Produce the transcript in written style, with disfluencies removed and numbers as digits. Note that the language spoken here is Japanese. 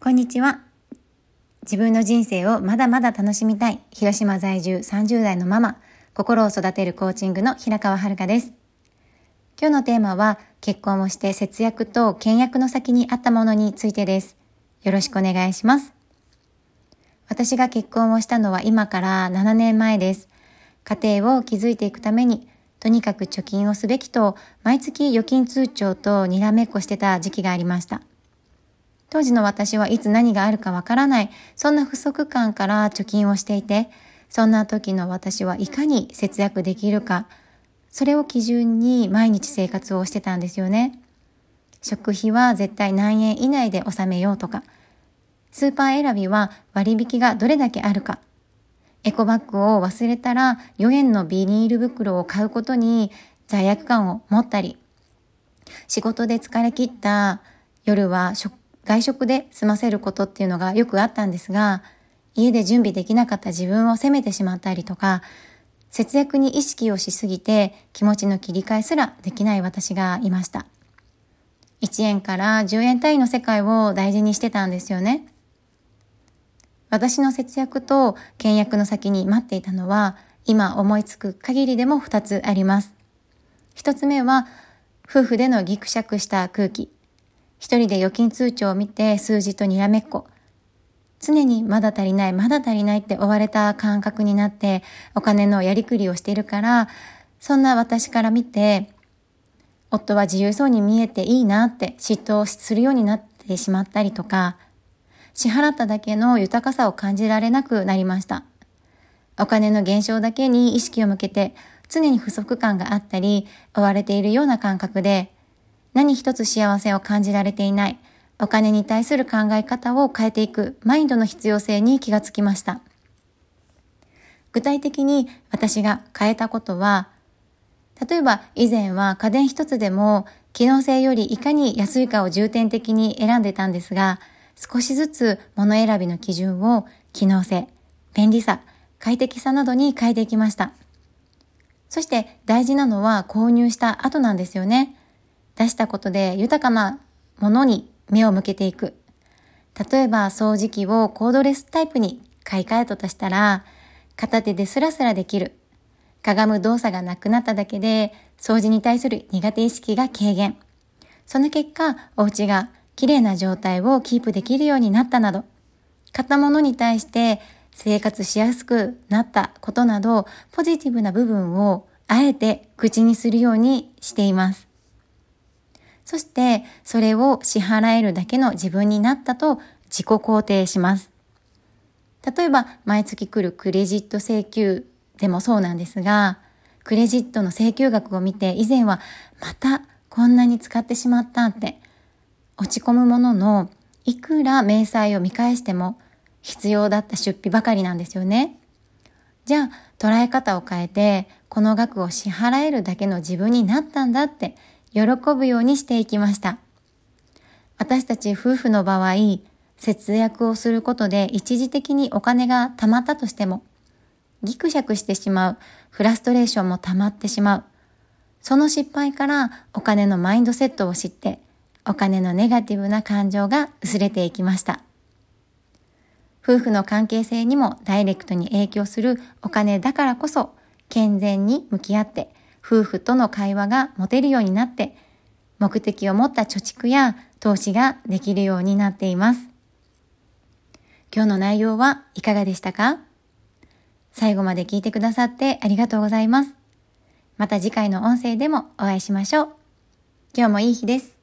こんにちは。自分の人生をまだまだ楽しみたい広島在住30代のママ、心を育てるコーチングの平川遥です。今日のテーマは結婚をして節約と倹約の先にあったものについてです。よろしくお願いします。私が結婚をしたのは今から7年前です。家庭を築いていくためにとにかく貯金をすべきと毎月預金通帳とにらめっこしてた時期がありました。当時の私はいつ何があるかわからない、そんな不足感から貯金をしていて、そんな時の私はいかに節約できるか、それを基準に毎日生活をしてたんですよね。食費は絶対何円以内で収めようとか、スーパー選びは割引がどれだけあるか、エコバッグを忘れたら4円のビニール袋を買うことに罪悪感を持ったり、仕事で疲れ切った夜は外食で済ませることっていうのがよくあったんですが、家で準備できなかった自分を責めてしまったりとか、節約に意識をしすぎて気持ちの切り替えすらできない私がいました。1円から10円単位の世界を大事にしてたんですよね。私の節約と倹約の先に待っていたのは、今思いつく限りでも2つあります。1つ目は、夫婦でのギクシャクした空気。一人で預金通帳を見て数字とにらめっこ。常にまだ足りないって追われた感覚になってお金のやりくりをしているから、そんな私から見て、夫は自由そうに見えていいなって嫉妬するようになってしまったりとか、支払っただけの豊かさを感じられなくなりました。お金の減少だけに意識を向けて、常に不足感があったり、追われているような感覚で、何一つ幸せを感じられていない、お金に対する考え方を変えていくマインドの必要性に気がつきました。具体的に私が変えたことは、例えば以前は家電一つでも機能性よりいかに安いかを重点的に選んでたんですが、少しずつ物選びの基準を機能性、便利さ、快適さなどに変えていきました。そして大事なのは購入した後なんですよね。出したことで豊かなものに目を向けていく。例えば掃除機をコードレスタイプに買い替えたとしたら、片手でスラスラできる。かがむ動作がなくなっただけで、掃除に対する苦手意識が軽減。その結果、お家が綺麗な状態をキープできるようになったなど、買ったものに対して生活しやすくなったことなど、ポジティブな部分をあえて口にするようにしています。そしてそれを支払えるだけの自分になったと自己肯定します。例えば毎月来るクレジット請求でもそうなんですが、クレジットの請求額を見て以前はまたこんなに使ってしまったって落ち込むものの、いくら明細を見返しても必要だった出費ばかりなんですよね。じゃあ捉え方を変えて、この額を支払えるだけの自分になったんだって喜ぶようにしていきました。私たち夫婦の場合、節約をすることで一時的にお金が貯まったとしても、ギクシャクしてしまう、フラストレーションも溜まってしまう。その失敗からお金のマインドセットを知って、お金のネガティブな感情が薄れていきました。夫婦の関係性にもダイレクトに影響するお金だからこそ、健全に向き合って、夫婦との会話が持てるようになって、目的を持った貯蓄や投資ができるようになっています。今日の内容はいかがでしたか？最後まで聞いてくださってありがとうございます。また次回の音声でもお会いしましょう。今日もいい日です。